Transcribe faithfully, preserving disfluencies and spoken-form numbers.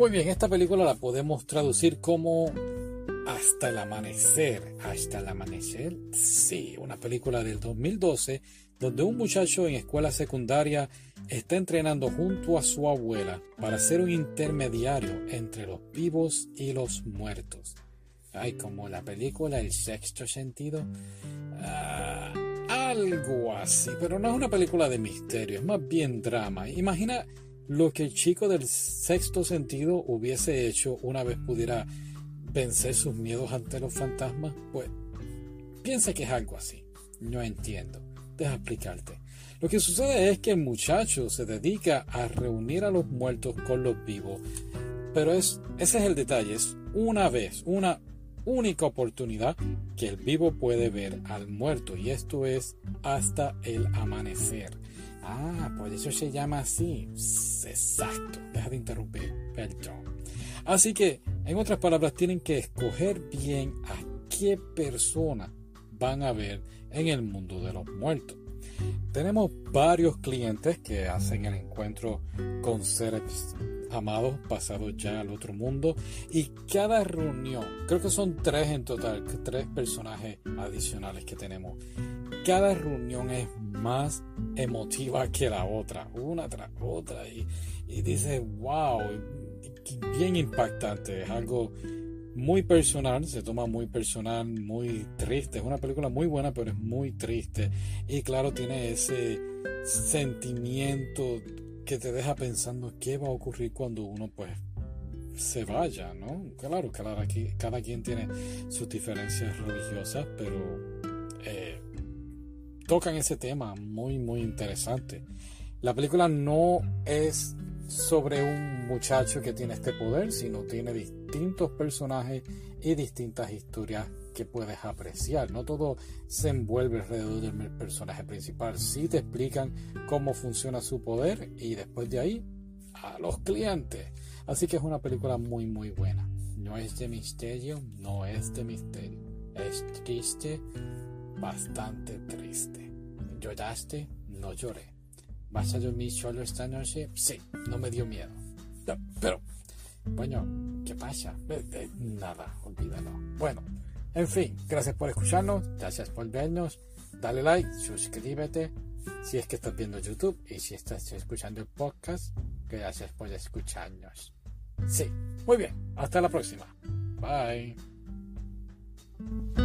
Muy bien, esta película la podemos traducir como Hasta el amanecer. ¿Hasta el amanecer? Sí, una película del dos mil doce donde un muchacho en escuela secundaria está entrenando junto a su abuela para ser un intermediario entre los vivos y los muertos. Ay, como la película El Sexto Sentido. Ah, algo así, pero no es una película de misterio, es más bien drama. Imagina lo que el chico del Sexto Sentido hubiese hecho una vez pudiera vencer sus miedos ante los fantasmas. Pues piensa que es algo así. No entiendo. Deja explicarte. Lo que sucede es que el muchacho se dedica a reunir a los muertos con los vivos, pero es, ese es el detalle, es una vez, una única oportunidad que el vivo puede ver al muerto, y esto es hasta el amanecer. Ah, por eso se llama así. Exacto. Deja de interrumpir. Perdón. Así que, en otras palabras, tienen que escoger bien a qué persona van a ver en el mundo de los muertos. Tenemos varios clientes que hacen el encuentro con seres amados pasados ya al otro mundo, y cada reunión, creo que son tres en total, tres personajes adicionales que tenemos. Cada reunión es más emotiva que la otra, una tras otra, y, y dices, wow, bien impactante, es algo muy personal, se toma muy personal, muy triste. Es una película muy buena, pero es muy triste. Y claro, tiene ese sentimiento que te deja pensando qué va a ocurrir cuando uno pues se vaya, ¿no? Claro, claro, aquí cada quien tiene sus diferencias religiosas, pero eh, tocan ese tema muy, muy interesante. La película no es sobre un muchacho que tiene este poder, sino tiene distintos personajes y distintas historias que puedes apreciar. No todo se envuelve alrededor del personaje principal. Sí te explican cómo funciona su poder y después de ahí a los clientes. Así que es una película muy muy buena. No es de misterio, no es de misterio. Es triste, bastante triste. ¿Lloraste? No lloré. ¿Vas a dormir solo esta noche? Sí, no me dio miedo. No, pero, bueno, ¿qué pasa? Eh, eh, nada, olvídalo. Bueno, en fin, gracias por escucharnos, gracias por vernos. Dale like, suscríbete si es que estás viendo YouTube, y si estás escuchando el podcast, gracias por escucharnos. Sí, muy bien, hasta la próxima. Bye.